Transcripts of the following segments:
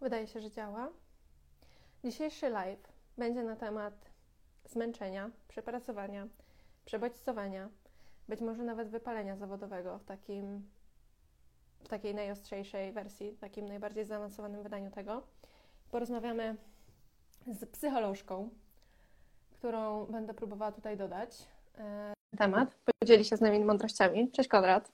Wydaje się, że działa. Dzisiejszy live będzie na temat zmęczenia, przepracowania, przebodźcowania, być może nawet wypalenia zawodowego w takiej najostrzejszej wersji, w takim najbardziej zaawansowanym wydaniu tego. Porozmawiamy z psycholożką, którą będę próbowała tutaj dodać temat. Podzieli się z nami mądrościami. Cześć Konrad.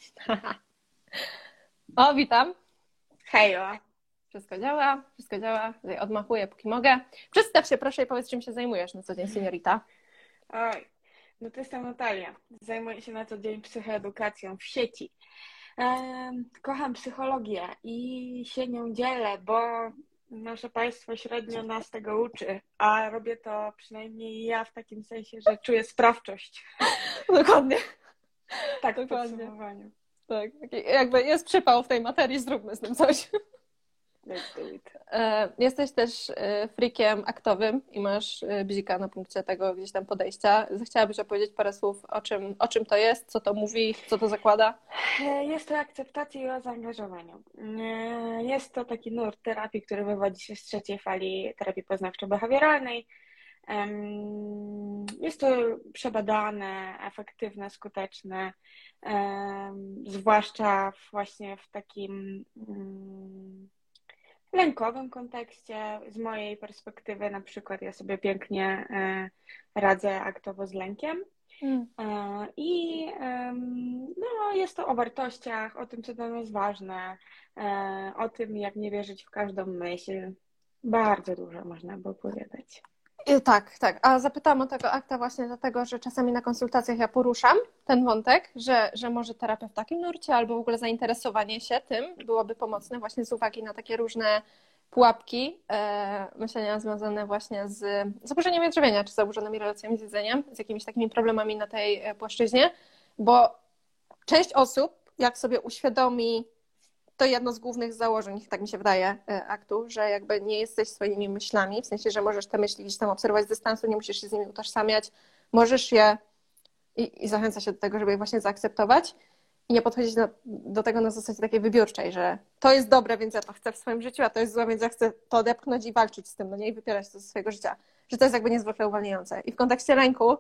O, witam. Hejo. Wszystko działa. Tutaj odmachuję, póki mogę. Przedstaw się proszę i powiedz, czym się zajmujesz na co dzień, seniorita. Oj, no to jestem Natalia. Zajmuję się na co dzień psychoedukacją w sieci. Kocham psychologię i się nią dzielę, bo nasze państwo średnio nas tego uczy, a robię to przynajmniej ja w takim sensie, że czuję sprawczość. Dokładnie. Tak, w Dokładnie. podsumowaniu. Tak, jakby jest przypał w tej materii, zróbmy z tym coś. Let's do it. Jesteś też freakiem aktowym i masz bzika na punkcie tego gdzieś tam podejścia. Zechciałabyś opowiedzieć parę słów, o czym to jest, co to mówi, co to zakłada? Jest to o akceptacji i o zaangażowaniu. Jest to taki nurt terapii, który wywodzi się z trzeciej fali terapii poznawczo-behawioralnej. Jest to przebadane, efektywne, skuteczne, zwłaszcza właśnie w takim lękowym kontekście. Z mojej perspektywy na przykład ja sobie pięknie radzę aktowo z lękiem. I no, jest to o wartościach, o tym, co dla nas jest ważne, o tym, jak nie wierzyć w każdą myśl. Bardzo dużo można by opowiadać. Tak, tak. A zapytałam o tego akta właśnie dlatego, że czasami na konsultacjach ja poruszam ten wątek, że może terapia w takim nurcie albo w ogóle zainteresowanie się tym byłoby pomocne właśnie z uwagi na takie różne pułapki myślenia związane właśnie z zaburzeniem odżywiania czy zaburzonymi relacjami z jedzeniem, z jakimiś takimi problemami na tej płaszczyźnie, bo część osób, jak sobie uświadomi, to jedno z głównych założeń, tak mi się wydaje, aktu, że jakby nie jesteś swoimi myślami, w sensie, że możesz te myśli gdzieś tam obserwować z dystansu, nie musisz się z nimi utożsamiać, możesz je i zachęca się do tego, żeby je właśnie zaakceptować i nie podchodzić do tego na zasadzie takiej wybiórczej, że to jest dobre, więc ja to chcę w swoim życiu, a to jest złe, więc ja chcę to odepchnąć i walczyć z tym, no nie, i wypierać to ze swojego życia, że to jest jakby niezwykle uwalniające. I w kontekście lęku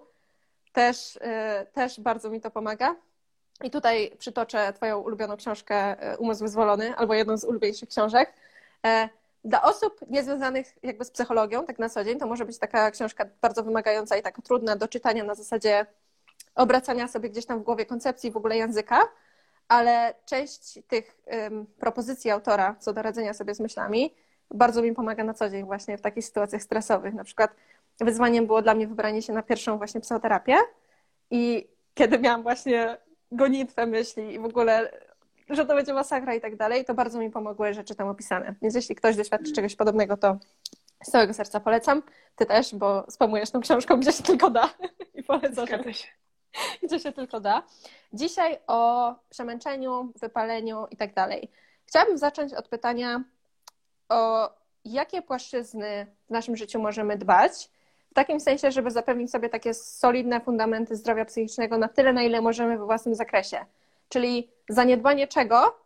też bardzo mi to pomaga. I tutaj przytoczę Twoją ulubioną książkę Umysł Wyzwolony, albo jedną z ulubieńszych książek. Dla osób niezwiązanych jakby z psychologią, tak na co dzień, to może być taka książka bardzo wymagająca i taka trudna do czytania na zasadzie obracania sobie gdzieś tam w głowie koncepcji w ogóle języka, ale część tych propozycji autora co do radzenia sobie z myślami bardzo mi pomaga na co dzień właśnie w takich sytuacjach stresowych. Na przykład wyzwaniem było dla mnie wybranie się na pierwszą właśnie psychoterapię i kiedy miałam właśnie gonitwę myśli i w ogóle, że to będzie masakra i tak dalej, to bardzo mi pomogły rzeczy tam opisane. Więc jeśli ktoś doświadczy czegoś podobnego, to z całego serca polecam. Ty też, bo spamujesz tą książką gdzie się tylko da i polecasz, gdzie się tylko da. Dzisiaj o przemęczeniu, wypaleniu i tak dalej. Chciałabym zacząć od pytania o jakie płaszczyzny w naszym życiu możemy dbać, w takim sensie, żeby zapewnić sobie takie solidne fundamenty zdrowia psychicznego na tyle, na ile możemy we własnym zakresie. Czyli zaniedbanie czego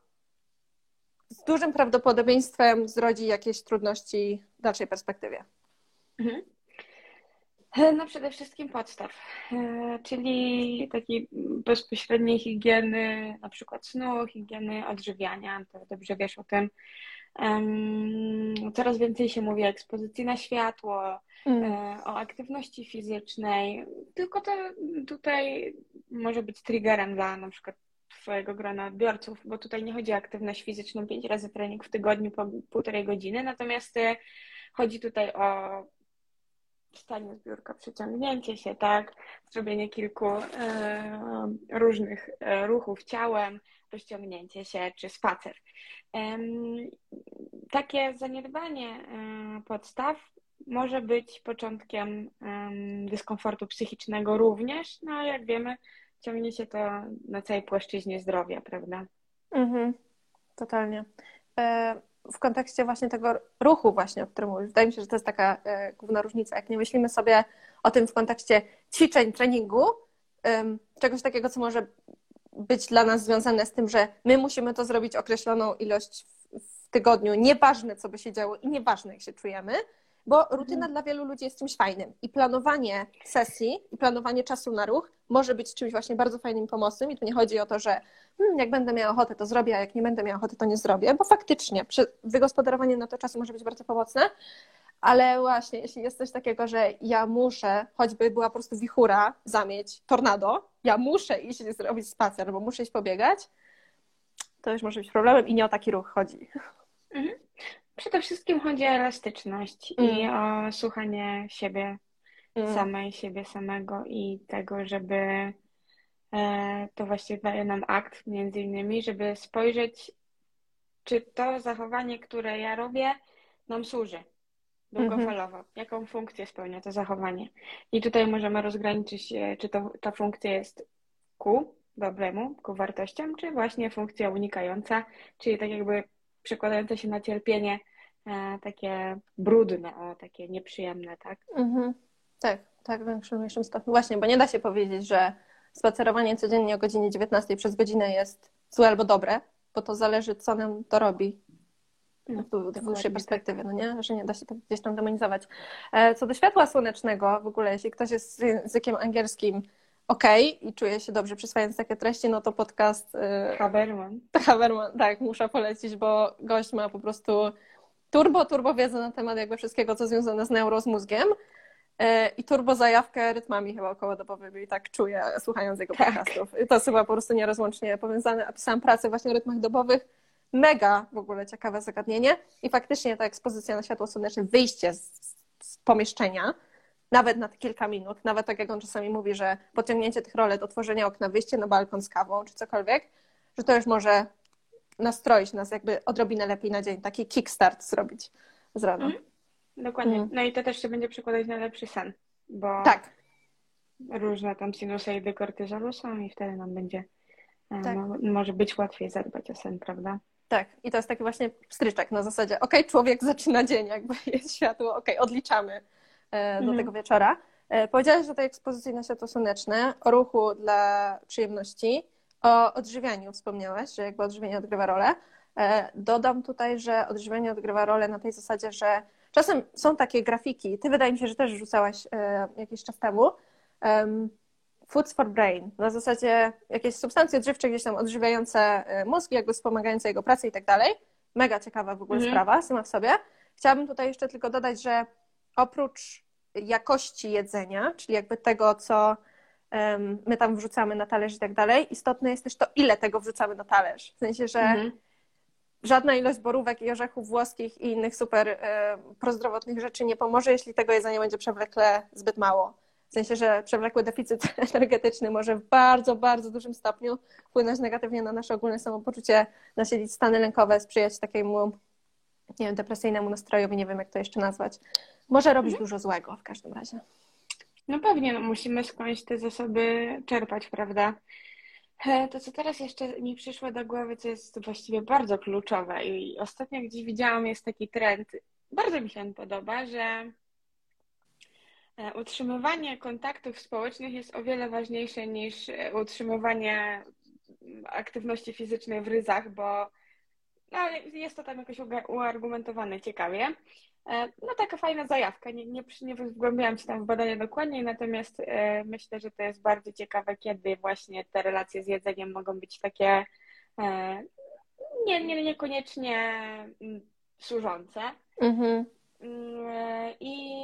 z dużym prawdopodobieństwem zrodzi jakieś trudności w dalszej perspektywie. Mhm. No przede wszystkim podstaw, czyli takiej bezpośredniej higieny, na przykład snu, higieny odżywiania, to dobrze wiesz o tym. Coraz więcej się mówi o ekspozycji na światło, o aktywności fizycznej, tylko to tutaj może być triggerem dla na przykład Twojego grona odbiorców, bo tutaj nie chodzi o aktywność fizyczną 5 razy trening w tygodniu po 1,5 godziny, natomiast chodzi tutaj o wstanie z biurka, przeciągnięcie się, tak, zrobienie kilku różnych ruchów ciałem, rozciągnięcie się czy spacer. Takie zaniedbanie podstaw może być początkiem dyskomfortu psychicznego również, no jak wiemy, ciągnie się to na całej płaszczyźnie zdrowia, prawda? Totalnie. W kontekście właśnie tego ruchu właśnie, o którym mówisz, wydaje mi się, że to jest taka główna różnica. Jak nie myślimy sobie o tym w kontekście ćwiczeń, treningu, czegoś takiego, co może być dla nas związane z tym, że my musimy to zrobić określoną ilość w tygodniu, nieważne co by się działo i nieważne jak się czujemy, bo rutyna dla wielu ludzi jest czymś fajnym i planowanie sesji i planowanie czasu na ruch może być czymś właśnie bardzo fajnym pomocnym i tu nie chodzi o to, że jak będę miała ochotę to zrobię, a jak nie będę miała ochoty to nie zrobię, bo faktycznie wygospodarowanie na to czasu może być bardzo pomocne, ale właśnie jeśli jest coś takiego, że ja muszę, choćby była po prostu wichura, zamieć, tornado, ja muszę iść zrobić spacer, albo muszę iść pobiegać, to już może być problemem i nie o taki ruch chodzi. Przede wszystkim chodzi o elastyczność i o słuchanie siebie samej, siebie samego i tego, żeby to właśnie daje nam akt między innymi, żeby spojrzeć, czy to zachowanie, które ja robię, nam służy długofalowo. Jaką funkcję spełnia to zachowanie. I tutaj możemy rozgraniczyć, czy ta funkcja jest ku dobremu, ku wartościom, czy właśnie funkcja unikająca, czyli tak jakby przekładająca się na cierpienie takie brudne, takie nieprzyjemne, tak? Tak, w większym stopniu. Właśnie, bo nie da się powiedzieć, że spacerowanie codziennie o godzinie 19 przez godzinę jest złe albo dobre, bo to zależy, co nam to robi w dłuższej perspektywie, no nie? Że nie da się to gdzieś tam demonizować. Co do światła słonecznego, w ogóle jeśli ktoś jest z językiem angielskim i czuje się dobrze przyswajając takie treści, no to podcast Haberman, tak, muszę polecić, bo gość ma po prostu turbo wiedzę na temat jakby wszystkiego, co związane z neuro, z mózgiem i turbo zajawkę rytmami chyba okołodobowymi, tak czuję, słuchając jego podcastów. I to jest chyba po prostu nierozłącznie powiązane. A pisałam pracę właśnie o rytmach dobowych. Mega w ogóle ciekawe zagadnienie i faktycznie ta ekspozycja na światło słoneczne, wyjście z pomieszczenia, nawet na kilka minut, nawet tak jak on czasami mówi, że podciągnięcie tych rolet, otworzenie okna, wyjście na balkon z kawą czy cokolwiek, że to już może nastroić nas jakby odrobinę lepiej na dzień, taki kickstart zrobić z rana. Dokładnie. No i to też się będzie przekładać na lepszy sen, bo różne tam sinusoidy kortyzolu są i wtedy nam będzie może być łatwiej zadbać o sen, prawda? Tak, i to jest taki właśnie stryczek na zasadzie, człowiek zaczyna dzień, jakby jest światło, odliczamy do tego wieczora. Powiedziałaś o tej ekspozycji na światło słoneczne, o ruchu dla przyjemności, o odżywianiu wspomniałaś, że jakby odżywienie odgrywa rolę. Dodam tutaj, że odżywianie odgrywa rolę na tej zasadzie, że czasem są takie grafiki, ty wydaje mi się, że też rzucałaś jakiś czas temu, Foods for Brain, na zasadzie jakieś substancje odżywcze gdzieś tam odżywiające mózg, jakby wspomagające jego pracę i tak dalej. Mega ciekawa w ogóle sprawa sama w sobie. Chciałabym tutaj jeszcze tylko dodać, że oprócz jakości jedzenia, czyli jakby tego, co my tam wrzucamy na talerz i tak dalej, istotne jest też to, ile tego wrzucamy na talerz. W sensie, że żadna ilość borówek i orzechów włoskich i innych super prozdrowotnych rzeczy nie pomoże, jeśli tego jedzenia będzie przewlekle zbyt mało. W sensie, że przewlekły deficyt energetyczny może w bardzo, bardzo dużym stopniu wpłynąć negatywnie na nasze ogólne samopoczucie, nasilić stany lękowe, sprzyjać takiemu, nie wiem, depresyjnemu nastrojowi, nie wiem jak to jeszcze nazwać. Może robić dużo złego w każdym razie. No pewnie, musimy skądś te zasoby czerpać, prawda? To, co teraz jeszcze mi przyszło do głowy, co jest właściwie bardzo kluczowe i ostatnio gdzieś widziałam, jest taki trend, bardzo mi się on podoba, że utrzymywanie kontaktów społecznych jest o wiele ważniejsze niż utrzymywanie aktywności fizycznej w ryzach, bo jest to tam jakoś uargumentowane ciekawie. No taka fajna zajawka, nie wgłębiałam się tam w badania dokładniej, natomiast myślę, że to jest bardzo ciekawe, kiedy właśnie te relacje z jedzeniem mogą być takie niekoniecznie służące. I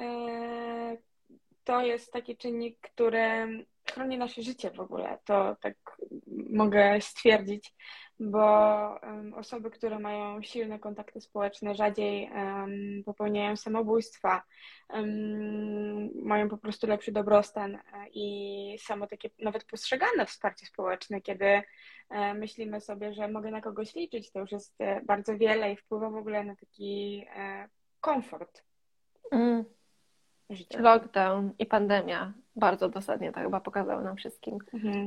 to jest taki czynnik, który chroni nasze życie w ogóle, to tak mogę stwierdzić, bo osoby, które mają silne kontakty społeczne, rzadziej popełniają samobójstwa, mają po prostu lepszy dobrostan i samo takie nawet postrzegane wsparcie społeczne, kiedy myślimy sobie, że mogę na kogoś liczyć, to już jest bardzo wiele i wpływa w ogóle na taki komfort życiowy. Lockdown i pandemia bardzo dosadnie to chyba pokazały nam wszystkim.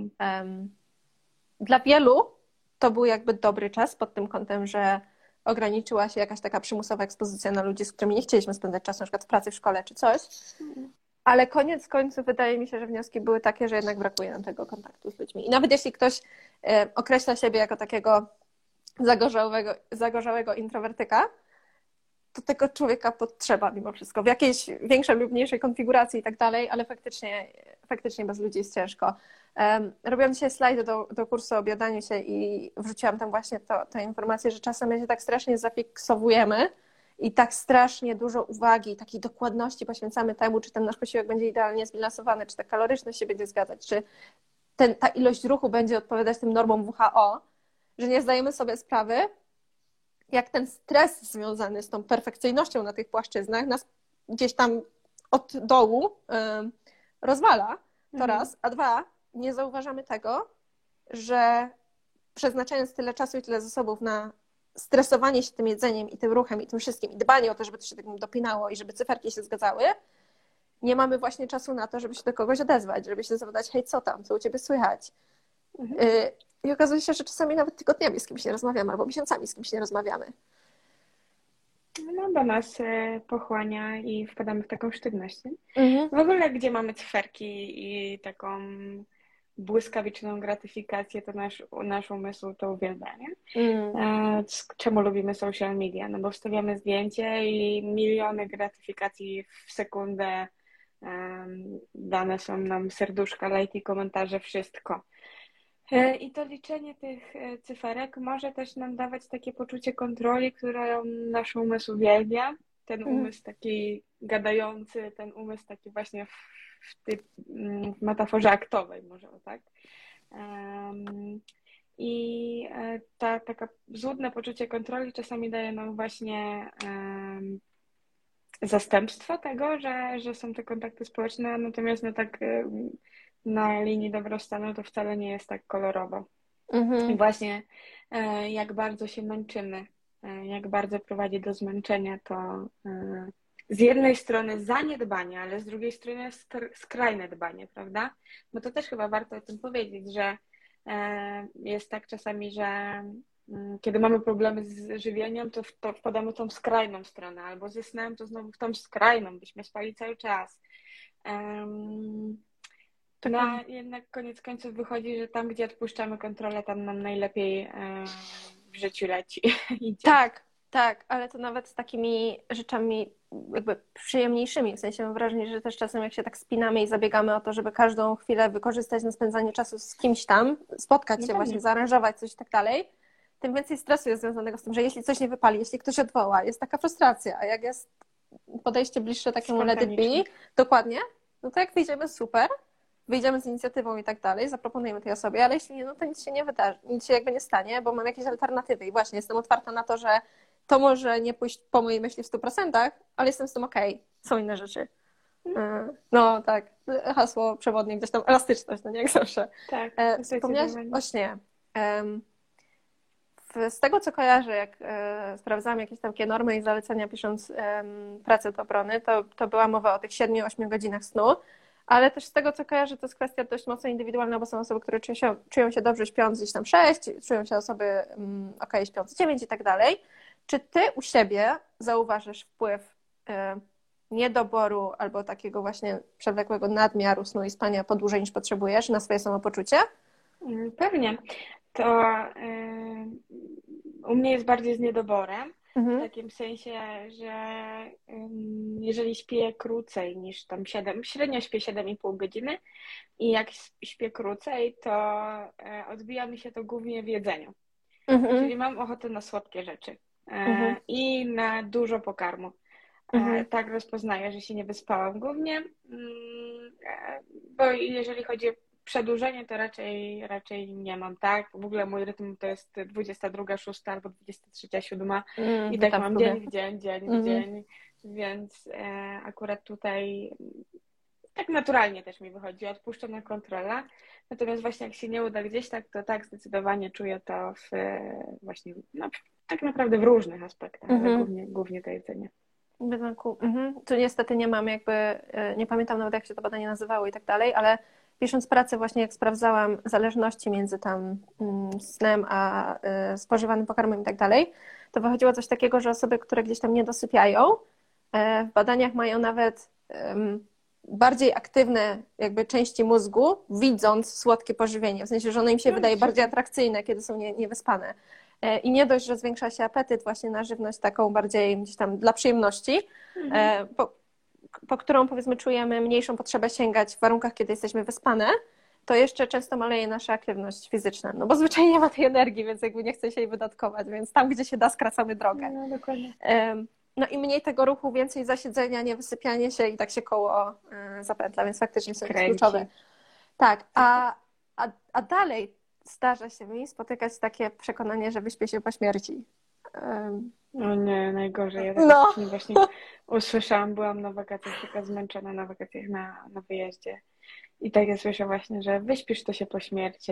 Dla wielu to był jakby dobry czas pod tym kątem, że ograniczyła się jakaś taka przymusowa ekspozycja na ludzi, z którymi nie chcieliśmy spędzać czasu, na przykład w pracy, w szkole czy coś. Ale koniec końców wydaje mi się, że wnioski były takie, że jednak brakuje nam tego kontaktu z ludźmi. I nawet jeśli ktoś określa siebie jako takiego zagorzałego introwertyka, to tego człowieka potrzeba mimo wszystko, w jakiejś większej lub mniejszej konfiguracji i tak dalej, ale faktycznie bez ludzi jest ciężko. Robiłam dzisiaj slajdy do kursu o biadaniu się i wrzuciłam tam właśnie tę informację, że czasem my się tak strasznie zafiksowujemy i tak strasznie dużo uwagi, takiej dokładności poświęcamy temu, czy ten nasz posiłek będzie idealnie zbilansowany, czy ta kaloryczność się będzie zgadzać, czy ta ilość ruchu będzie odpowiadać tym normom WHO, że nie zdajemy sobie sprawy, jak ten stres związany z tą perfekcyjnością na tych płaszczyznach nas gdzieś tam od dołu rozwala, to raz, a dwa, nie zauważamy tego, że przeznaczając tyle czasu i tyle zasobów na stresowanie się tym jedzeniem i tym ruchem i tym wszystkim i dbanie o to, żeby to się tak dopinało i żeby cyferki się zgadzały, nie mamy właśnie czasu na to, żeby się do kogoś odezwać, żeby się zapytać, hej, co tam, co u ciebie słychać? I okazuje się, że czasami nawet tygodniami z kimś nie rozmawiamy, albo miesiącami z kimś nie rozmawiamy. No, bo nas pochłania i wpadamy w taką sztywność. W ogóle, gdzie mamy cyferki i taką błyskawiczną gratyfikację, to nasz umysł to uwielbia, nie? Czemu lubimy social media? No bo wstawiamy zdjęcie i miliony gratyfikacji w sekundę, dane są nam serduszka, lajki, komentarze, wszystko. I to liczenie tych cyferek może też nam dawać takie poczucie kontroli, które nasz umysł uwielbia. Ten umysł taki gadający, ten umysł taki właśnie w metaforze aktowej, może o tak. I taka złudne poczucie kontroli czasami daje nam właśnie zastępstwo tego, że są te kontakty społeczne, natomiast no tak na linii dobrostanu to wcale nie jest tak kolorowo. I właśnie jak bardzo się męczymy, jak bardzo prowadzi do zmęczenia, to z jednej strony zaniedbanie, ale z drugiej strony skrajne dbanie, prawda? Bo to też chyba warto o tym powiedzieć, że jest tak czasami, że kiedy mamy problemy z żywieniem, to wpadamy w tą skrajną stronę, albo ze snem, to znowu w tą skrajną, byśmy spali cały czas. No a jednak koniec końców wychodzi, że tam, gdzie odpuszczamy kontrolę, tam nam najlepiej w życiu leci. Tak, ale to nawet z takimi rzeczami jakby przyjemniejszymi. W sensie mam wrażenie, że też czasem jak się tak spinamy i zabiegamy o to, żeby każdą chwilę wykorzystać na spędzanie czasu z kimś tam, spotkać się właśnie, zaaranżować coś i tak dalej, tym więcej stresu jest związanego z tym, że jeśli coś nie wypali, jeśli ktoś odwoła, jest taka frustracja, a jak jest podejście bliższe takiemu let it be, dokładnie, no to jak wyjdziemy super, wyjdziemy z inicjatywą i tak dalej, zaproponujemy tej osobie, ale jeśli nie, no to nic się nie wydarzy, nic się jakby nie stanie, bo mam jakieś alternatywy i właśnie jestem otwarta na to, że to może nie pójść po mojej myśli w 100%, ale jestem z tym okej. Są inne rzeczy. No tak, hasło przewodnie gdzieś tam, elastyczność, no nie jak zawsze. Tak. Wspomniałaś o śnie. Z tego, co kojarzę, jak sprawdzałam jakieś takie normy i zalecenia pisząc pracę do obrony, to była mowa o tych 7-8 godzinach snu, ale też z tego, co kojarzę, to jest kwestia dość mocno indywidualna, bo są osoby, które czują się dobrze śpiąc gdzieś tam 6, czują się osoby śpiąc 9 i tak dalej. Czy ty u siebie zauważysz wpływ niedoboru albo takiego właśnie przewlekłego nadmiaru snu i spania po dłużej niż potrzebujesz na swoje samopoczucie? Pewnie. To u mnie jest bardziej z niedoborem, w takim sensie, że jeżeli śpię krócej niż tam 7, średnio śpię 7,5 godziny i jak śpię krócej, to odbija mi się to głównie w jedzeniu. Czyli mam ochotę na słodkie rzeczy i na dużo pokarmu. Tak rozpoznaję, że się nie wyspałam głównie, bo jeżeli chodzi o przedłużenie, to raczej nie mam, tak? W ogóle mój rytm to jest 22:06 albo 23:07 i tak mam dzień w dzień, więc akurat tutaj tak naturalnie też mi wychodzi, odpuszczona kontrola. Natomiast właśnie jak się nie uda gdzieś tak, to tak zdecydowanie czuję to właśnie tak naprawdę w różnych aspektach, ale głównie to jedzenie. Tu niestety nie mam nie pamiętam nawet jak się to badanie nazywało i tak dalej, ale pisząc pracę właśnie jak sprawdzałam zależności między tam snem a spożywanym pokarmem i tak dalej, to wychodziło coś takiego, że osoby, które gdzieś tam nie dosypiają, w badaniach mają nawet bardziej aktywne jakby części mózgu, widząc słodkie pożywienie, w sensie, że ono im się wydaje bardziej atrakcyjne, kiedy są niewyspane. I nie dość, że zwiększa się apetyt właśnie na żywność taką bardziej gdzieś tam dla przyjemności, po którą powiedzmy czujemy mniejszą potrzebę sięgać w warunkach, kiedy jesteśmy wyspane, to jeszcze często maleje nasza aktywność fizyczna, no bo zwyczajnie nie ma tej energii, więc jakby nie chce się jej wydatkować, więc tam, gdzie się da, skracamy drogę. No, dokładnie. No i mniej tego ruchu, więcej zasiedzenia, niewysypianie się i tak się koło zapętla, więc faktycznie są kluczowe. Tak, a dalej zdarza się mi spotykać takie przekonanie, że wyśpię się po śmierci. No nie, najgorzej. Ja właśnie usłyszałam, byłam na wakacjach taka zmęczona na wakacjach na wyjeździe. I tak ja słyszę właśnie, że wyśpisz to się po śmierci.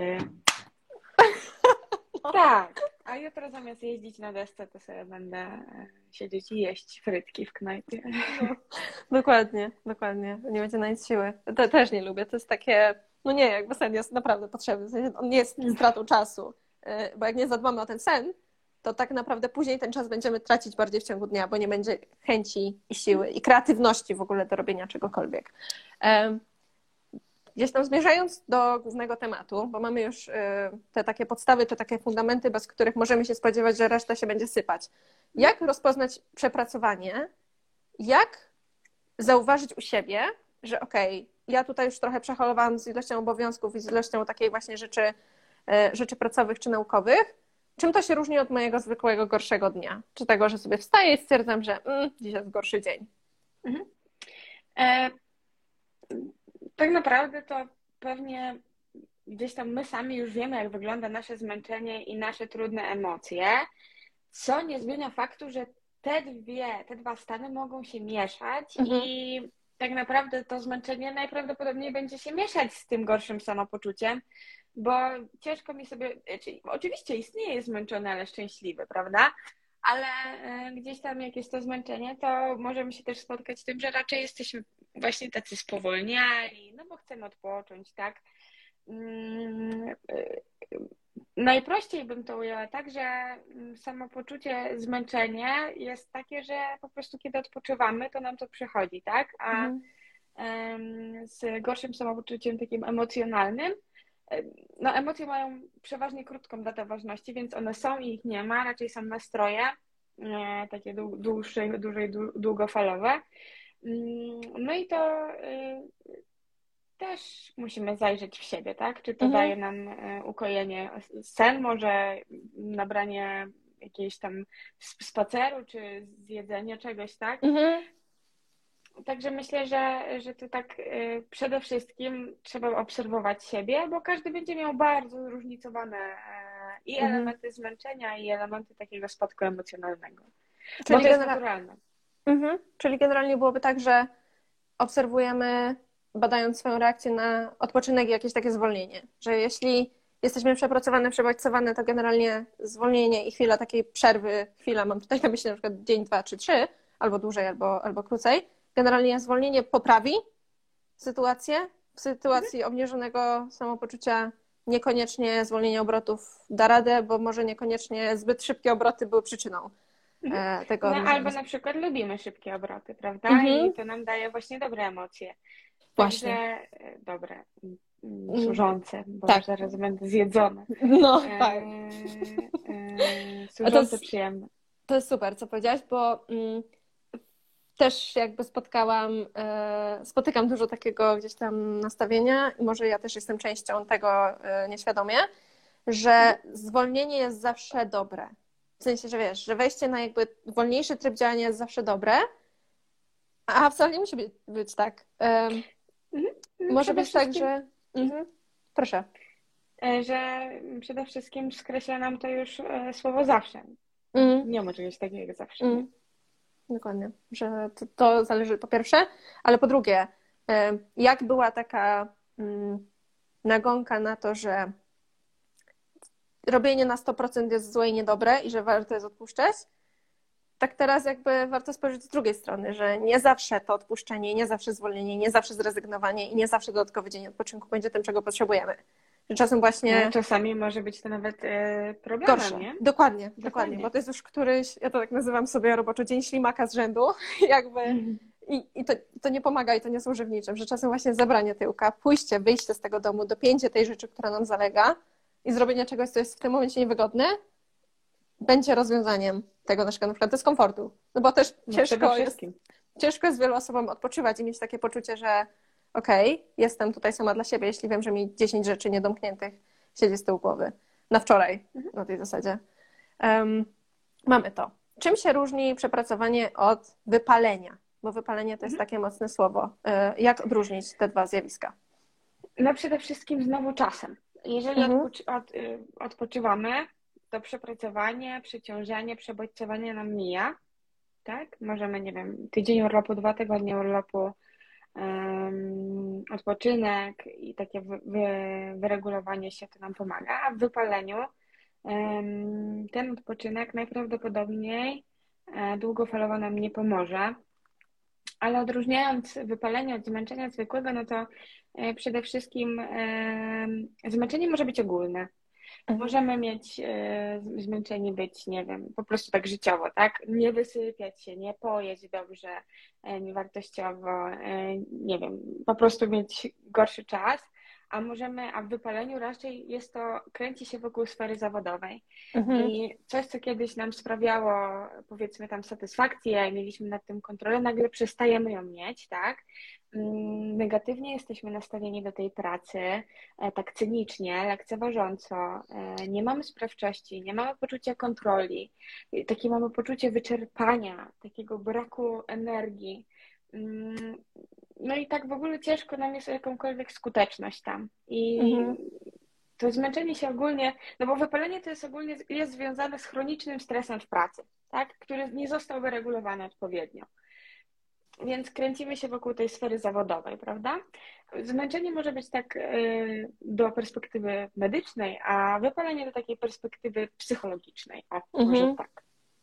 Tak, a jutro zamiast jeździć na desce, to sobie będę siedzieć i jeść frytki w knajpie. No, dokładnie. Nie będzie na nic siły. To też nie lubię. To jest takie, no nie, jakby sen jest naprawdę potrzebny. W sensie on nie jest stratą czasu, bo jak nie zadbamy o ten sen, to tak naprawdę później ten czas będziemy tracić bardziej w ciągu dnia, bo nie będzie chęci i siły i kreatywności w ogóle do robienia czegokolwiek. Gdzieś tam zmierzając do głównego tematu, bo mamy już te takie podstawy, te takie fundamenty, bez których możemy się spodziewać, że reszta się będzie sypać. Jak rozpoznać przepracowanie? Jak zauważyć u siebie, że okej, ja tutaj już trochę przeholowałam z ilością obowiązków i z ilością takiej właśnie rzeczy pracowych czy naukowych. Czym to się różni od mojego zwykłego, gorszego dnia? Czy tego, że sobie wstaję i stwierdzam, że dziś jest gorszy dzień? Tak naprawdę to pewnie gdzieś tam my sami już wiemy, jak wygląda nasze zmęczenie i nasze trudne emocje, co nie zmienia faktu, że te dwa stany mogą się mieszać i tak naprawdę to zmęczenie najprawdopodobniej będzie się mieszać z tym gorszym samopoczuciem, bo ciężko mi sobie, czyli oczywiście istnieje zmęczony, ale szczęśliwy, prawda? Ale gdzieś tam jak jest to zmęczenie, to możemy się też spotkać z tym, że raczej jesteśmy właśnie tacy spowolniali, no bo chcemy odpocząć, tak? Najprościej bym to ujęła tak, że samopoczucie, zmęczenie jest takie, że po prostu kiedy odpoczywamy, to nam to przychodzi, tak? A z gorszym samopoczuciem takim emocjonalnym, no emocje mają przeważnie krótką datę ważności, więc one są i ich nie ma, raczej są nastroje, takie długofalowe. No i to też musimy zajrzeć w siebie, tak? Czy to daje nam ukojenie, sen, może nabranie jakiegoś tam spaceru, czy zjedzenie czegoś, tak? Także myślę, że to tak przede wszystkim trzeba obserwować siebie, bo każdy będzie miał bardzo zróżnicowane i elementy zmęczenia, i elementy takiego spadku emocjonalnego. Czyli bo to jest naturalne. Czyli generalnie byłoby tak, że obserwujemy, badając swoją reakcję na odpoczynek i jakieś takie zwolnienie, że jeśli jesteśmy przepracowane, przebodźcowane, to generalnie zwolnienie i chwila takiej przerwy, mam tutaj na myśli na przykład dzień, 2 czy 3, albo dłużej, albo krócej, generalnie zwolnienie poprawi sytuację. W sytuacji obniżonego samopoczucia niekoniecznie zwolnienie obrotów da radę, bo może niekoniecznie zbyt szybkie obroty były przyczyną tego. No, albo na przykład lubimy szybkie obroty, prawda? I to nam daje właśnie dobre emocje. Właśnie. Także dobre, służące, bo tak. Zaraz będę zjedzona. No, tak. Służące, przyjemne. To jest super, co powiedziałaś, bo też jakby spotykam dużo takiego gdzieś tam nastawienia i może ja też jestem częścią tego nieświadomie, że zwolnienie jest zawsze dobre. W sensie, że wiesz, że wejście na jakby wolniejszy tryb działania jest zawsze dobre, a wcale nie musi być tak. Może być tak, że... Proszę. Że przede wszystkim skreśla nam to już słowo zawsze. Nie ma czegoś takiego jak zawsze. Dokładnie, że to zależy po pierwsze, ale po drugie, jak była taka nagonka na to, że robienie na 100% jest złe i niedobre i że warto jest odpuszczać, tak teraz jakby warto spojrzeć z drugiej strony, że nie zawsze to odpuszczenie, nie zawsze zwolnienie, nie zawsze zrezygnowanie i nie zawsze dodatkowy dzień odpoczynku będzie tym, czego potrzebujemy. Że czasem właśnie... No, czasami może być to nawet problemem, gorsze. nie? Dokładnie, bo to jest już któryś, ja to tak nazywam sobie roboczo, dzień ślimaka z rzędu, jakby i to nie pomaga i to nie służy w niczym, że czasem właśnie zabranie tyłka, wyjście z tego domu, dopięcie tej rzeczy, która nam zalega i zrobienie czegoś, co jest w tym momencie niewygodne, będzie rozwiązaniem tego naszego na przykład dyskomfortu. No bo też ciężko jest wielu osobom odpoczywać i mieć takie poczucie, że jestem tutaj sama dla siebie, jeśli wiem, że mi 10 rzeczy niedomkniętych siedzi z tyłu głowy. Na wczoraj, na tej zasadzie. Mamy to. Czym się różni przepracowanie od wypalenia? Bo wypalenie to jest takie mocne słowo. Jak odróżnić te dwa zjawiska? No przede wszystkim znowu czasem. Jeżeli odpoczywamy, to przepracowanie, przeciążenie, przebodźcowanie nam mija, tak? Możemy, nie wiem, tydzień urlopu, 2 tygodnie urlopu, odpoczynek i takie wyregulowanie się to nam pomaga, a w wypaleniu ten odpoczynek najprawdopodobniej długofalowo nam nie pomoże, ale odróżniając wypalenie od zmęczenia zwykłego, no to przede wszystkim zmęczenie może być ogólne. Możemy mieć zmęczeni być, nie wiem, po prostu tak życiowo, tak? Nie wysypiać się, nie pojeść dobrze, niewartościowo, nie wiem, po prostu mieć gorszy czas, a w wypaleniu raczej kręci się wokół sfery zawodowej. I coś, co kiedyś nam sprawiało, powiedzmy tam satysfakcję, mieliśmy nad tym kontrolę, nagle przestajemy ją mieć, tak? Negatywnie jesteśmy nastawieni do tej pracy, tak cynicznie, lekceważąco, nie mamy sprawczości, nie mamy poczucia kontroli, takie mamy poczucie wyczerpania, takiego braku energii. No i tak w ogóle ciężko nam jest o jakąkolwiek skuteczność tam. I to zmęczenie się ogólnie, no bo wypalenie to jest związane z chronicznym stresem w pracy, tak? Który nie został wyregulowany odpowiednio. Więc kręcimy się wokół tej sfery zawodowej, prawda? Zmęczenie może być tak do perspektywy medycznej, a wypalenie do takiej perspektywy psychologicznej. Może tak.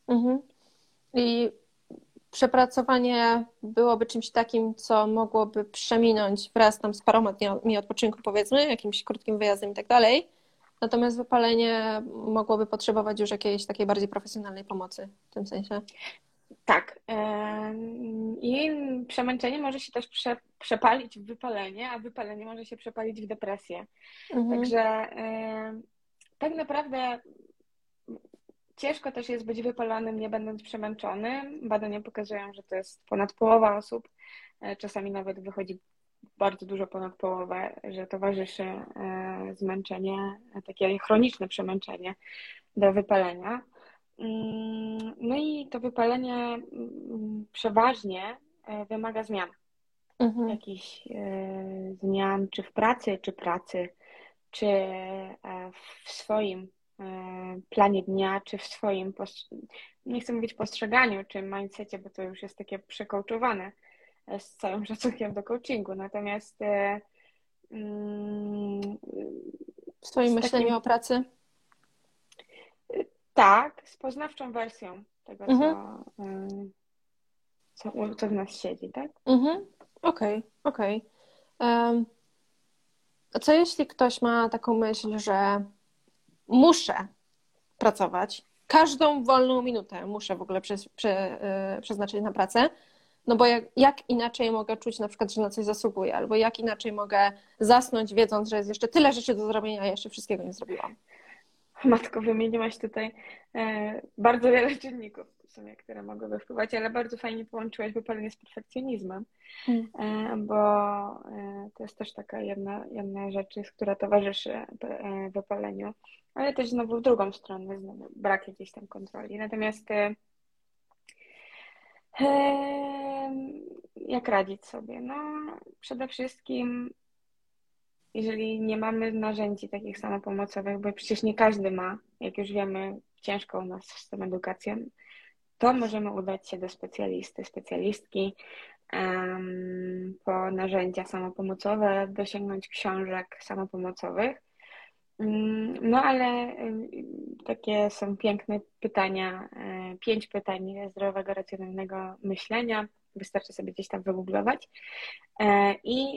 I przepracowanie byłoby czymś takim, co mogłoby przeminąć wraz tam z paroma dniami odpoczynku, powiedzmy, jakimś krótkim wyjazdem i tak dalej. Natomiast wypalenie mogłoby potrzebować już jakiejś takiej bardziej profesjonalnej pomocy w tym sensie. Tak. I przemęczenie może się też przepalić w wypalenie, a wypalenie może się przepalić w depresję. Także tak naprawdę ciężko też jest być wypalonym, nie będąc przemęczonym. Badania pokazują, że to jest ponad połowa osób. Czasami nawet wychodzi bardzo dużo ponad połowę, że towarzyszy zmęczenie, takie chroniczne przemęczenie do wypalenia. No i to wypalenie przeważnie wymaga zmian. Jakichś zmian, czy w pracy, czy w swoim planie dnia, czy w swoim, nie chcę mówić postrzeganiu, czy mindsetie, bo to już jest takie przekołczowane z całym szacunkiem do coachingu. Natomiast w swoim myśleniu o pracy? Tak, z poznawczą wersją tego, co w nas siedzi, tak? Okej. A co jeśli ktoś ma taką myśl, że muszę pracować, każdą wolną minutę muszę w ogóle przeznaczyć na pracę, no bo jak inaczej mogę czuć na przykład, że na coś zasługuję, albo jak inaczej mogę zasnąć, wiedząc, że jest jeszcze tyle rzeczy do zrobienia, a jeszcze wszystkiego nie zrobiłam. Matko, wymieniłaś tutaj bardzo wiele czynników, w sumie, które mogłyby wpływać, ale bardzo fajnie połączyłaś wypalenie z perfekcjonizmem, bo to jest też taka jedna rzecz, która towarzyszy wypaleniu, ale też znowu w drugą stronę, znowu brak jakiejś tam kontroli. Natomiast jak radzić sobie? No, przede wszystkim jeżeli nie mamy narzędzi takich samopomocowych, bo przecież nie każdy ma, jak już wiemy, ciężko u nas z tą edukacją, to możemy udać się do specjalistki po narzędzia samopomocowe, dosięgnąć książek samopomocowych. No ale takie są piękne pytania, 5 pytań zdrowego, racjonalnego myślenia. Wystarczy sobie gdzieś tam wygooglować. I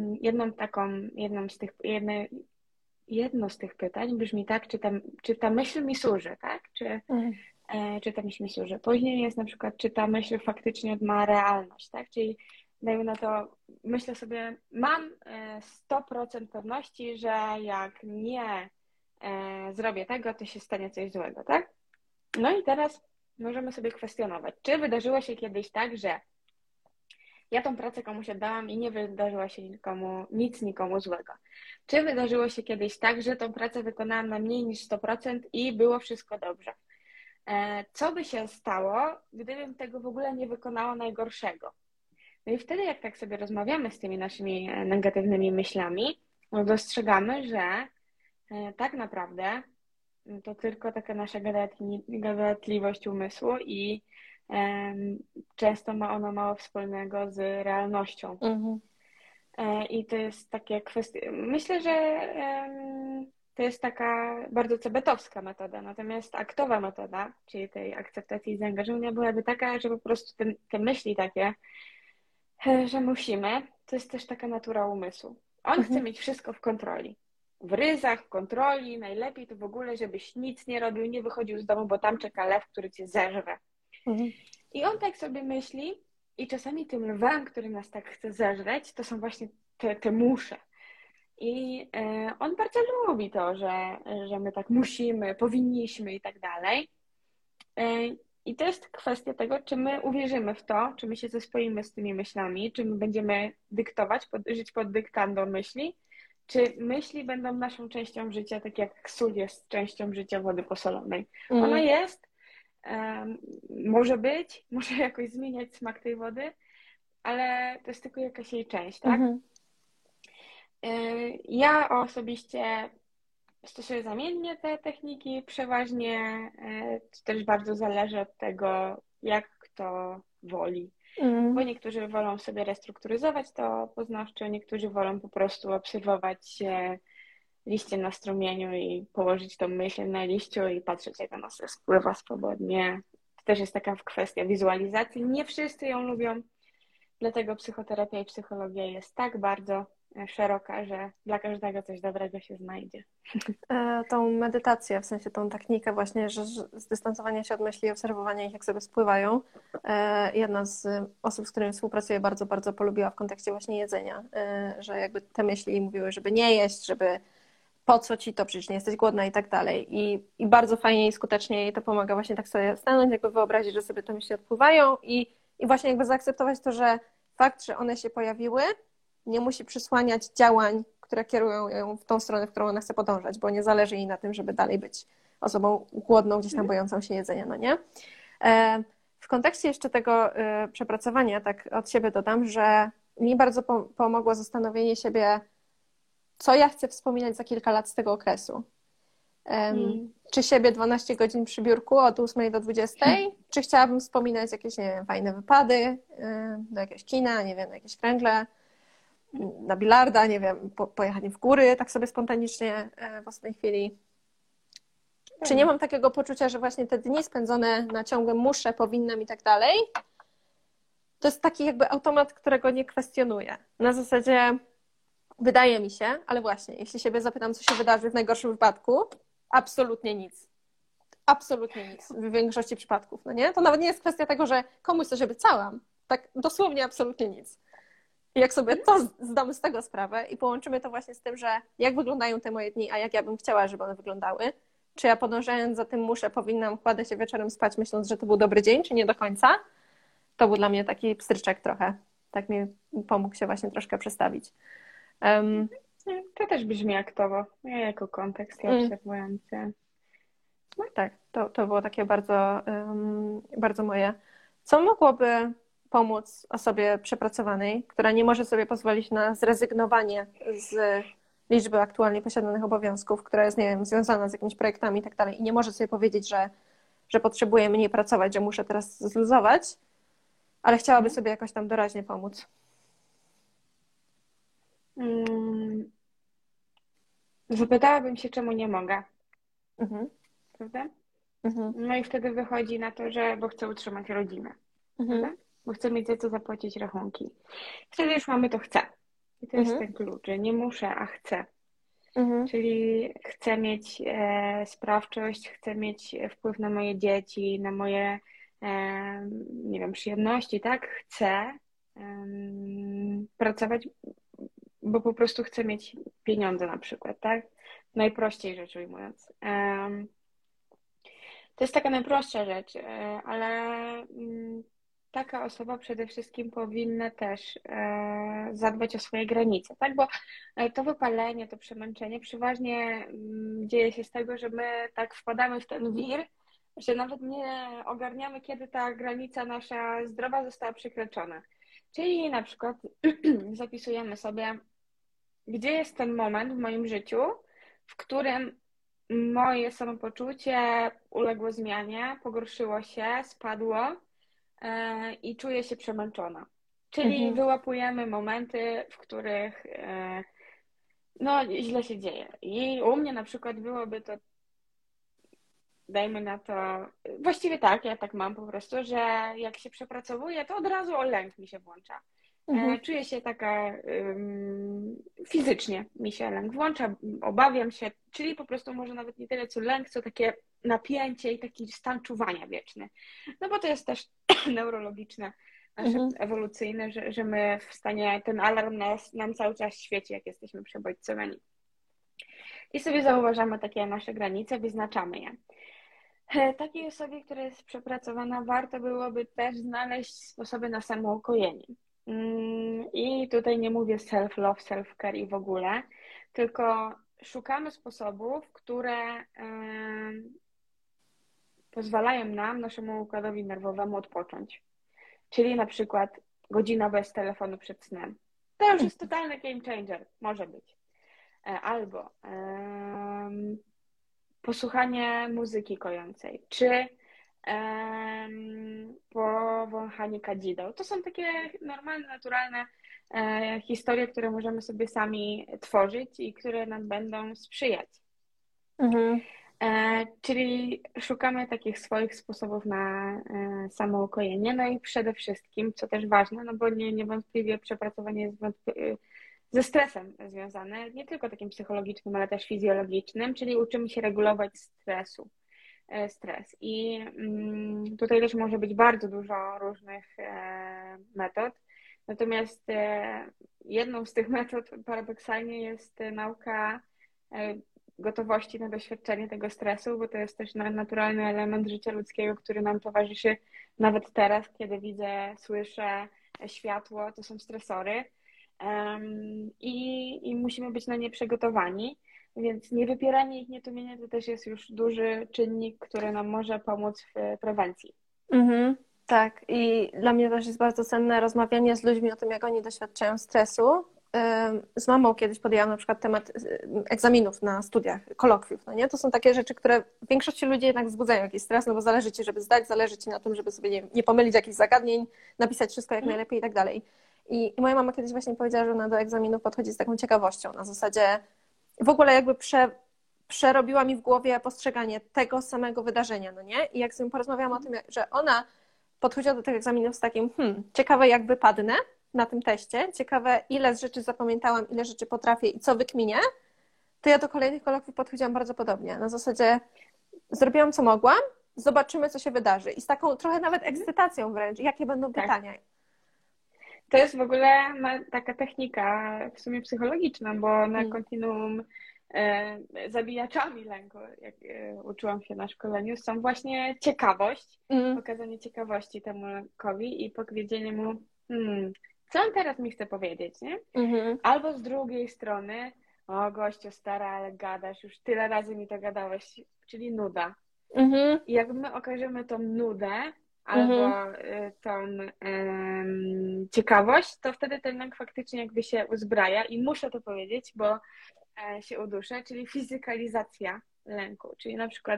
jedno z tych pytań brzmi tak, czy ta myśl mi służy, tak? Czy ta myśl mi służy. Później jest na przykład, czy ta myśl faktycznie ma realność, tak? Czyli dajmy na to, myślę sobie, mam 100% pewności, że jak nie zrobię tego, to się stanie coś złego, tak? No i teraz możemy sobie kwestionować, czy wydarzyło się kiedyś tak, że ja tą pracę komuś oddałam i nie wydarzyło się nic nikomu złego. Czy wydarzyło się kiedyś tak, że tą pracę wykonałam na mniej niż 100% i było wszystko dobrze? Co by się stało, gdybym tego w ogóle nie wykonała najgorszego? No i wtedy, jak tak sobie rozmawiamy z tymi naszymi negatywnymi myślami, no dostrzegamy, że tak naprawdę to tylko taka nasza gadatliwość umysłu i często ma ona mało wspólnego z realnością. Mhm. I to jest takie kwestie. Myślę, że to jest taka bardzo cebetowska metoda, natomiast aktowa metoda, czyli tej akceptacji i zaangażowania, byłaby taka, że po prostu te myśli takie, że musimy, to jest też taka natura umysłu. On chce mieć wszystko w kontroli. W ryzach, w kontroli, najlepiej to w ogóle, żebyś nic nie robił, nie wychodził z domu, bo tam czeka lew, który cię zeżre. I on tak sobie myśli i czasami tym lwem, który nas tak chce zeżreć, to są właśnie te musze. I on bardzo lubi to, że my tak musimy, powinniśmy i tak dalej. I to jest kwestia tego, czy my uwierzymy w to, czy my się zespoimy z tymi myślami, czy my będziemy dyktować, żyć pod dyktando myśli, czy myśli będą naszą częścią życia, tak jak sól jest częścią życia wody posolonej. Ona jest, może być, może jakoś zmieniać smak tej wody, ale to jest tylko jakaś jej część, tak? Ja osobiście stosuję zamiennie te techniki przeważnie. To też bardzo zależy od tego, jak kto woli. Bo niektórzy wolą sobie restrukturyzować to poznawczo, niektórzy wolą po prostu obserwować liście na strumieniu i położyć tą myśl na liściu i patrzeć, jak ona sobie spływa swobodnie. To też jest taka kwestia wizualizacji. Nie wszyscy ją lubią, dlatego psychoterapia i psychologia jest tak bardzo szeroka, że dla każdego coś dobrego się znajdzie. Tą medytację, w sensie tą technikę właśnie, że zdystansowania się od myśli i obserwowania ich, jak sobie spływają. Jedna z osób, z którymi współpracuję, bardzo, bardzo polubiła w kontekście właśnie jedzenia, że jakby te myśli mówiły, żeby nie jeść, żeby po co ci to, przecież nie jesteś głodna i tak dalej. I bardzo fajnie i skutecznie jej to pomaga właśnie tak sobie stanąć, jakby wyobrazić, że sobie te myśli odpływają i właśnie jakby zaakceptować to, że fakt, że one się pojawiły, nie musi przysłaniać działań, które kierują ją w tą stronę, w którą ona chce podążać, bo nie zależy jej na tym, żeby dalej być osobą głodną, gdzieś tam bojącą się jedzenia, no nie? W kontekście jeszcze tego przepracowania, tak od siebie dodam, że mi bardzo pomogło zastanowienie siebie, co ja chcę wspominać za kilka lat z tego okresu. Czy siebie 12 godzin przy biurku od 8 do 20, czy chciałabym wspominać jakieś, nie wiem, fajne wypady do jakiegoś kina, nie wiem, na jakieś kręgle, na bilarda, nie wiem, pojechanie w góry tak sobie spontanicznie w ostatniej chwili. Czy nie mam takiego poczucia, że właśnie te dni spędzone na ciągłym muszę, powinnam i tak dalej, to jest taki jakby automat, którego nie kwestionuję. Na zasadzie wydaje mi się, ale właśnie, jeśli siebie zapytam, co się wydarzy w najgorszym wypadku, absolutnie nic. Absolutnie nic w większości przypadków, no nie? To nawet nie jest kwestia tego, że komuś coś obiecałam. Tak dosłownie absolutnie nic. I jak sobie to zdamy z tego sprawę i połączymy to właśnie z tym, że jak wyglądają te moje dni, a jak ja bym chciała, żeby one wyglądały, czy ja podążając za tym muszę, powinnam, kładę się wieczorem spać, myśląc, że to był dobry dzień, czy nie do końca, to był dla mnie taki pstryczek trochę. Tak mi pomógł się właśnie troszkę przestawić. To też brzmi aktowo. Ja jako kontekst obserwujący. No tak, to było takie bardzo, bardzo moje. Co mogłoby pomóc osobie przepracowanej, która nie może sobie pozwolić na zrezygnowanie z liczby aktualnie posiadanych obowiązków, która jest, nie wiem, związana z jakimiś projektami i tak dalej i nie może sobie powiedzieć, że potrzebuje mniej pracować, że muszę teraz zluzować, ale chciałaby sobie jakoś tam doraźnie pomóc. Zapytałabym się, czemu nie mogę. Mhm. Prawda? Mhm. No i wtedy wychodzi na to, że bo chcę utrzymać rodzinę. Prawda? Bo chcę mieć za co zapłacić rachunki. Wtedy już mamy to chcę. I to jest ten klucz, że nie muszę, a chcę. Czyli chcę mieć sprawczość, chcę mieć wpływ na moje dzieci, na moje nie wiem, przyjemności, tak? Chcę pracować, bo po prostu chcę mieć pieniądze na przykład, tak? Najprościej rzecz ujmując. To jest taka najprostsza rzecz, ale taka osoba przede wszystkim powinna też zadbać o swoje granice, tak? Bo to wypalenie, to przemęczenie przeważnie dzieje się z tego, że my tak wpadamy w ten wir, że nawet nie ogarniamy, kiedy ta granica nasza zdrowa została przekroczona. Czyli na przykład zapisujemy sobie, gdzie jest ten moment w moim życiu, w którym moje samopoczucie uległo zmianie, pogorszyło się, spadło i czuję się przemęczona. Czyli wyłapujemy momenty, w których no, źle się dzieje. I u mnie na przykład byłoby to, dajmy na to, właściwie tak, ja tak mam po prostu, że jak się przepracowuję, to od razu lęk mi się włącza. Czuję się taka, fizycznie mi się lęk włącza, obawiam się, czyli po prostu może nawet nie tyle co lęk, co takie napięcie i taki stan czuwania wieczny. No bo to jest też neurologiczne, nasze ewolucyjne, że my w stanie, ten alarm nam cały czas świeci, jak jesteśmy przebodźcowani. I sobie zauważamy takie nasze granice, wyznaczamy je. Takiej osobie, która jest przepracowana, warto byłoby też znaleźć sposoby na samoukojenie. I tutaj nie mówię self-love, self-care i w ogóle, tylko szukamy sposobów, które pozwalają nam, naszemu układowi nerwowemu odpocząć. Czyli na przykład godzina bez telefonu przed snem. To już jest totalny game changer, może być. Albo posłuchanie muzyki kojącej, czy powąchanie kadzideł. To są takie normalne, naturalne historie, które możemy sobie sami tworzyć i które nam będą sprzyjać. Czyli szukamy takich swoich sposobów na samoukojenie. No i przede wszystkim, co też ważne, no bo niewątpliwie przepracowanie jest ze stresem związane, nie tylko takim psychologicznym, ale też fizjologicznym, czyli uczymy się regulować stres. I tutaj też może być bardzo dużo różnych metod. Natomiast jedną z tych metod paradoksalnie jest nauka gotowości na doświadczenie tego stresu, bo to jest też naturalny element życia ludzkiego, który nam towarzyszy nawet teraz, kiedy widzę, słyszę światło, to są stresory i musimy być na nie przygotowani, więc niewypieranie ich, nietłumienie to też jest już duży czynnik, który nam może pomóc w prewencji. Tak, i dla mnie też jest bardzo cenne rozmawianie z ludźmi o tym, jak oni doświadczają stresu. Z mamą kiedyś podjęłam na przykład temat egzaminów na studiach, kolokwiów, no nie? To są takie rzeczy, które w większości ludzi jednak wzbudzają jakiś stres, no bo zależy ci, żeby zdać, zależy ci na tym, żeby sobie nie pomylić jakichś zagadnień, napisać wszystko jak najlepiej i tak dalej. I moja mama kiedyś właśnie powiedziała, że ona do egzaminów podchodzi z taką ciekawością, na zasadzie w ogóle jakby przerobiła mi w głowie postrzeganie tego samego wydarzenia, no nie? I jak z nią porozmawiałam o tym, że ona podchodziła do tych egzaminów z takim, ciekawe jak wypadnę na tym teście, ciekawe ile z rzeczy zapamiętałam, ile rzeczy potrafię i co wykminię, to ja do kolejnych kolokwiów podchodziłam bardzo podobnie. Na zasadzie zrobiłam co mogłam, zobaczymy co się wydarzy. I z taką trochę nawet ekscytacją wręcz, jakie będą pytania. To jest w ogóle taka technika w sumie psychologiczna, bo na kontinuum zabijaczami lęku, jak uczyłam się na szkoleniu, są właśnie ciekawość, pokazanie ciekawości temu lękowi i powiedzienie mu, co on teraz mi chce powiedzieć, nie? Albo z drugiej strony, o gościu stara, ale gadasz, już tyle razy mi to gadałeś, czyli nuda. I jak my okażemy tą nudę albo tą ciekawość, to wtedy ten lęk faktycznie jakby się uzbraja i muszę to powiedzieć, bo się uduszę, czyli fizykalizacja lęku, czyli na przykład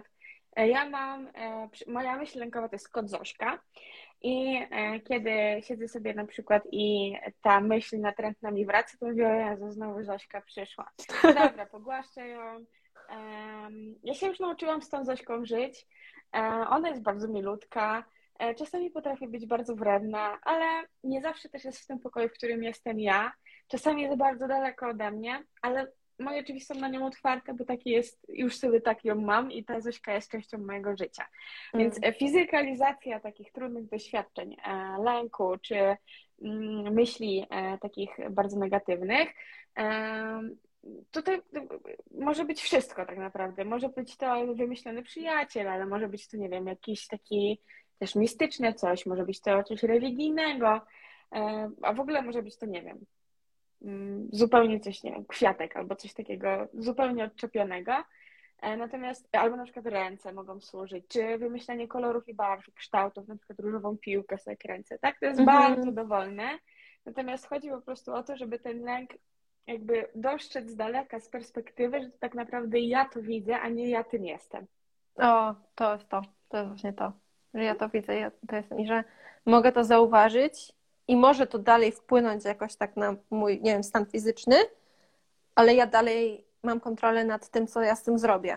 moja myśl lękowa to jest kot Zośka i kiedy siedzę sobie na przykład i ta myśl natrętna mi wraca, to mówię, o Jezu, znowu Zośka przyszła. Dobra, pogłaszczę ją. Ja się już nauczyłam z tą Zośką żyć. Ona jest bardzo milutka. Czasami potrafi być bardzo wredna, ale nie zawsze też jest w tym pokoju, w którym jestem ja. Czasami jest bardzo daleko ode mnie, ale moje drzwi są na nią otwarte, bo taki jest, już sobie tak ją mam i ta Zośka jest częścią mojego życia. Więc fizykalizacja takich trudnych doświadczeń, lęku czy myśli takich bardzo negatywnych tutaj może być wszystko tak naprawdę. Może być to wymyślony przyjaciel, ale może być to, nie wiem, jakiś taki też mistyczne coś, może być to coś religijnego, a w ogóle może być to, nie wiem, zupełnie coś, nie wiem, kwiatek albo coś takiego zupełnie odczepionego. Natomiast, albo na przykład ręce mogą służyć, czy wymyślanie kolorów i barw, kształtów, na przykład różową piłkę sobie kręcę, tak? To jest bardzo dowolne. Natomiast chodzi po prostu o to, żeby ten lęk jakby dostrzec z daleka, z perspektywy, że to tak naprawdę ja to widzę, a nie ja tym jestem. O, to jest to. To jest właśnie to. Że ja to widzę, ja to jestem i że mogę to zauważyć i może to dalej wpłynąć jakoś tak na mój, nie wiem, stan fizyczny, ale ja dalej mam kontrolę nad tym, co ja z tym zrobię.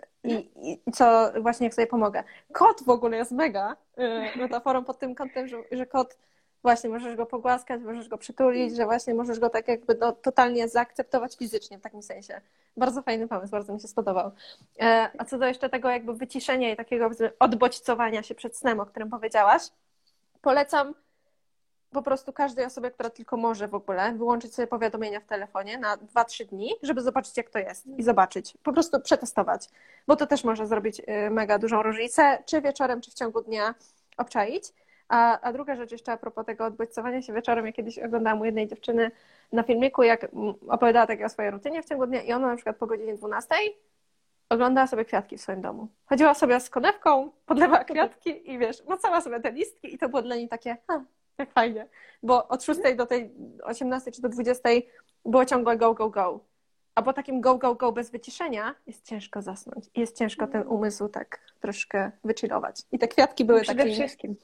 I co właśnie jak sobie pomogę. Kot w ogóle jest mega metaforą pod tym kątem, że kot właśnie możesz go pogłaskać, możesz go przytulić, że właśnie możesz go tak jakby totalnie zaakceptować fizycznie w takim sensie. Bardzo fajny pomysł, bardzo mi się spodobał. A co do jeszcze tego jakby wyciszenia i takiego odbodźcowania się przed snem, o którym powiedziałaś, polecam po prostu każdej osobie, która tylko może w ogóle wyłączyć sobie powiadomienia w telefonie na 2-3 dni, żeby zobaczyć, jak to jest i zobaczyć. Po prostu przetestować, bo to też może zrobić mega dużą różnicę, czy wieczorem, czy w ciągu dnia obczaić. A druga rzecz jeszcze a propos tego odbodźcowania się wieczorem, ja kiedyś oglądałam u jednej dziewczyny na filmiku, jak opowiadała takie o swojej rutynie w ciągu dnia i ona na przykład po godzinie 12 oglądała sobie kwiatki w swoim domu. Chodziła sobie z konewką, podlewała kwiatki i wiesz, macała sobie te listki i to było dla niej takie, jak fajnie. Bo od 6 do tej 18 czy do 20 było ciągłe go, go, go. A po takim go, go, go bez wyciszenia jest ciężko zasnąć. I jest ciężko ten umysł tak troszkę wychillować. I te kwiatki były Przede takie... wszystkim.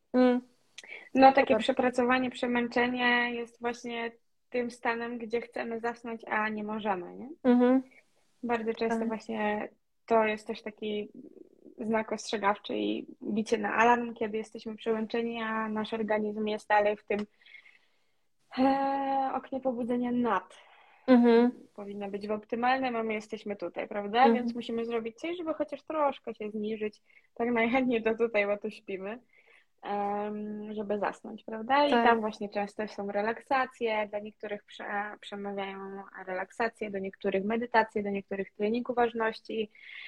No takie przepracowanie, przemęczenie jest właśnie tym stanem, gdzie chcemy zasnąć, a nie możemy, nie? Bardzo często właśnie to jest też taki znak ostrzegawczy i bicie na alarm, kiedy jesteśmy przełączeni, a nasz organizm jest dalej w tym oknie pobudzenia nad. Powinno być w optymalnym, a my jesteśmy tutaj, prawda? Więc musimy zrobić coś, żeby chociaż troszkę się zniżyć. Tak najchętniej to tutaj, bo tu śpimy, żeby zasnąć, prawda? I tam właśnie często są relaksacje, dla niektórych przemawiają relaksacje, do niektórych medytacje, do niektórych trening uważności.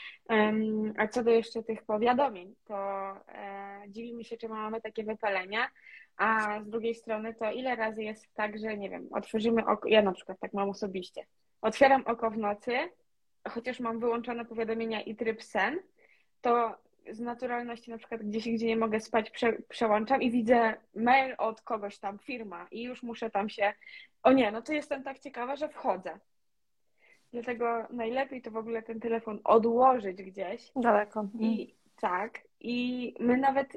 A co do jeszcze tych powiadomień, to dziwimy się, czemu mamy takie wypalenia, a z drugiej strony to ile razy jest tak, że nie wiem, otworzymy oko, ja na przykład tak mam osobiście, otwieram oko w nocy, chociaż mam wyłączone powiadomienia i tryb sen, to z naturalności na przykład gdzieś, gdzie nie mogę spać, przełączam i widzę mail od kogoś tam, firma i już muszę tam się, o nie, no to jestem tak ciekawa, że wchodzę. Dlatego najlepiej to w ogóle ten telefon odłożyć gdzieś. Daleko. I tak. I my nawet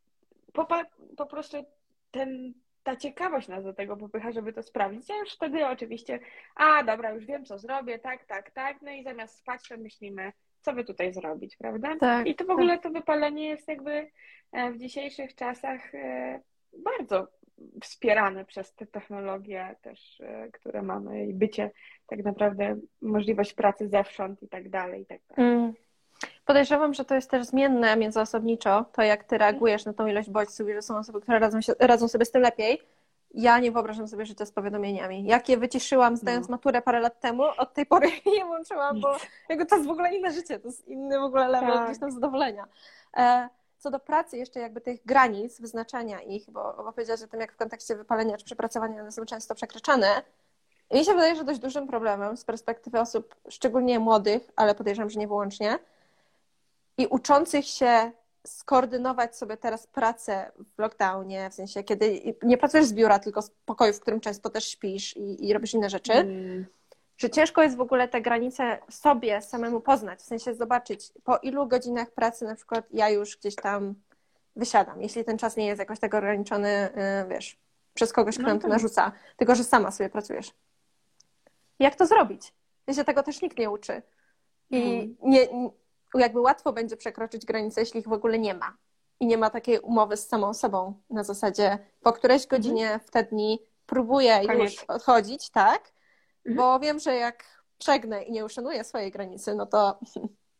po prostu ta ciekawość nas do tego popycha, żeby to sprawdzić. Ja już wtedy oczywiście, dobra, już wiem, co zrobię, tak. No i zamiast spać, to myślimy, co by tutaj zrobić, prawda? Tak, I to w ogóle to wypalenie jest jakby w dzisiejszych czasach bardzo wspierane przez te technologie też, które mamy i bycie tak naprawdę, możliwość pracy zewsząd i tak dalej, i tak dalej. Podejrzewam, że to jest też zmienne międzyosobniczo, to jak ty reagujesz na tą ilość bodźców i że są osoby, które radzą sobie z tym lepiej. Ja nie wyobrażam sobie życia z powiadomieniami. Jak je wyciszyłam zdając maturę parę lat temu, od tej pory je włączyłam, bo jakby to jest w ogóle inne życie, to jest inny w ogóle level gdzieś tam zadowolenia. Co do pracy jeszcze jakby tych granic, wyznaczania ich, bo powiedziałaś o tym, jak w kontekście wypalenia czy przepracowania one są często przekraczane. I mi się wydaje, że dość dużym problemem z perspektywy osób szczególnie młodych, ale podejrzewam, że nie wyłącznie, i uczących się skoordynować sobie teraz pracę w lockdownie, w sensie kiedy nie pracujesz z biura, tylko z pokoju, w którym często też śpisz i robisz inne rzeczy, że ciężko jest w ogóle te granice sobie samemu poznać, w sensie zobaczyć, po ilu godzinach pracy na przykład ja już gdzieś tam wysiadam, jeśli ten czas nie jest jakoś tak ograniczony, wiesz, przez kogoś, kto nam to narzuca, tylko że sama sobie pracujesz. Jak to zrobić? W sensie tego też nikt nie uczy. I jakby łatwo będzie przekroczyć granicę, jeśli ich w ogóle nie ma. I nie ma takiej umowy z samą sobą na zasadzie po którejś godzinie w te dni próbuję już odchodzić, tak? Bo wiem, że jak przegnę i nie uszanuję swojej granicy, no to...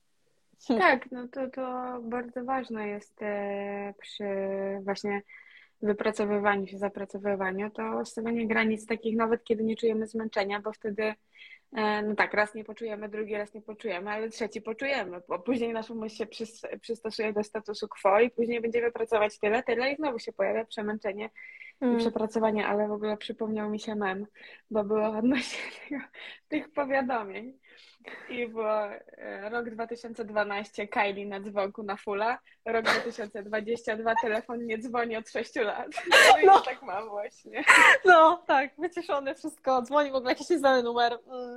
Tak, no to bardzo ważne jest przy właśnie wypracowywaniu się, zapracowywaniu, to stawianie granic takich nawet kiedy nie czujemy zmęczenia, bo wtedy no tak, raz nie poczujemy, drugi raz nie poczujemy, ale trzeci poczujemy, bo później nasz umysł się przystosuje do statusu quo i później będziemy pracować tyle i znowu się pojawia przemęczenie i przepracowanie, ale w ogóle przypomniał mi się mem, bo było odnośnie tych powiadomień i było rok 2012 Kylie na dzwonku na fulla, rok 2022 telefon nie dzwoni od 6 lat. No i tak mam właśnie. No tak, wyciszone wszystko, dzwoni w ogóle jakiś nieznany numer.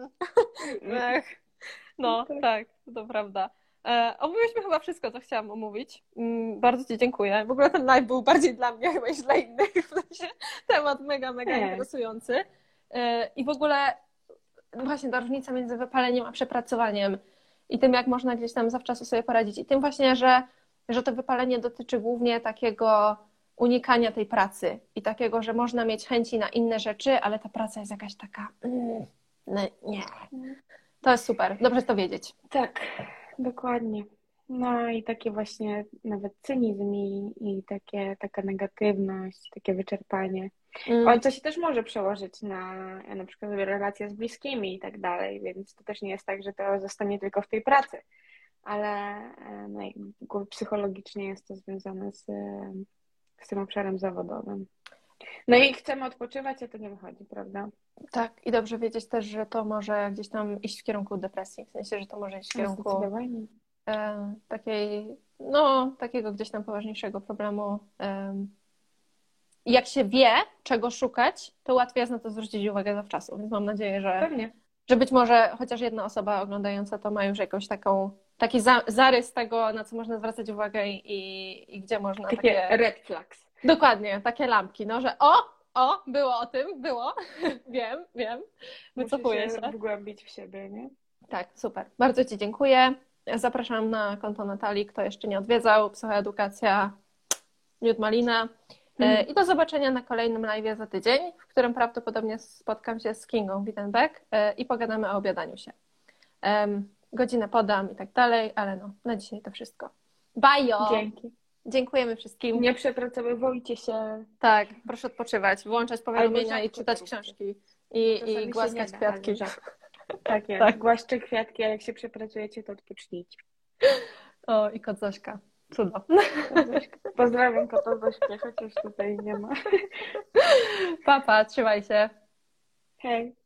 No tak, to prawda. Omówiłyśmy chyba wszystko, co chciałam omówić. Bardzo Ci dziękuję. W ogóle ten live był bardziej dla mnie chyba niż dla innych. W sensie temat mega interesujący. I w ogóle właśnie ta różnica między wypaleniem a przepracowaniem i tym, jak można gdzieś tam zawczasu sobie poradzić. I tym właśnie, że to wypalenie dotyczy głównie takiego unikania tej pracy i takiego, że można mieć chęci na inne rzeczy, ale ta praca jest jakaś taka no, nie. To jest super. Dobrze to wiedzieć. Tak, dokładnie. No i takie właśnie nawet cynizm i taka negatywność, takie wyczerpanie. To się też może przełożyć na przykład relacje z bliskimi i tak dalej, więc to też nie jest tak, że to zostanie tylko w tej pracy, ale no, psychologicznie jest to związane z tym obszarem zawodowym. No i chcemy odpoczywać, a to nie wychodzi, prawda? Tak, i dobrze wiedzieć też, że to może gdzieś tam iść w kierunku depresji, w sensie, że to może iść w kierunku takiego gdzieś tam poważniejszego problemu. Jak się wie, czego szukać, to łatwiej jest na to zwrócić uwagę zawczasu, więc mam nadzieję, że być może chociaż jedna osoba oglądająca to ma już jakąś taki zarys tego, na co można zwracać uwagę i gdzie można takie red flags. Dokładnie, takie lampki, no, że było o tym, było, wiem, wycofuję się. Wgłębić w siebie, nie? Tak, super. Bardzo Ci dziękuję. Zapraszam na konto Natalii, kto jeszcze nie odwiedzał. Psychoedukacja, miód malina. I do zobaczenia na kolejnym live za tydzień, w którym prawdopodobnie spotkam się z Kingą Wittenbeck i pogadamy o obiadaniu się. Godzinę podam i tak dalej, ale no, na dzisiaj to wszystko. Bajo! Dzięki. Dziękujemy wszystkim. Nie przepracowujcie się. Tak, proszę odpoczywać, włączać powiadomienia i czytać książki i głaskać kwiatki. Tak jest, tak. Głaszczę kwiatki, a jak się przepracujecie, to odpocznijcie. O, i kot Zośka. Cudo. Pozdrawiam kota Zośkę, chociaż tutaj nie ma. Papa, trzymaj się. Hej.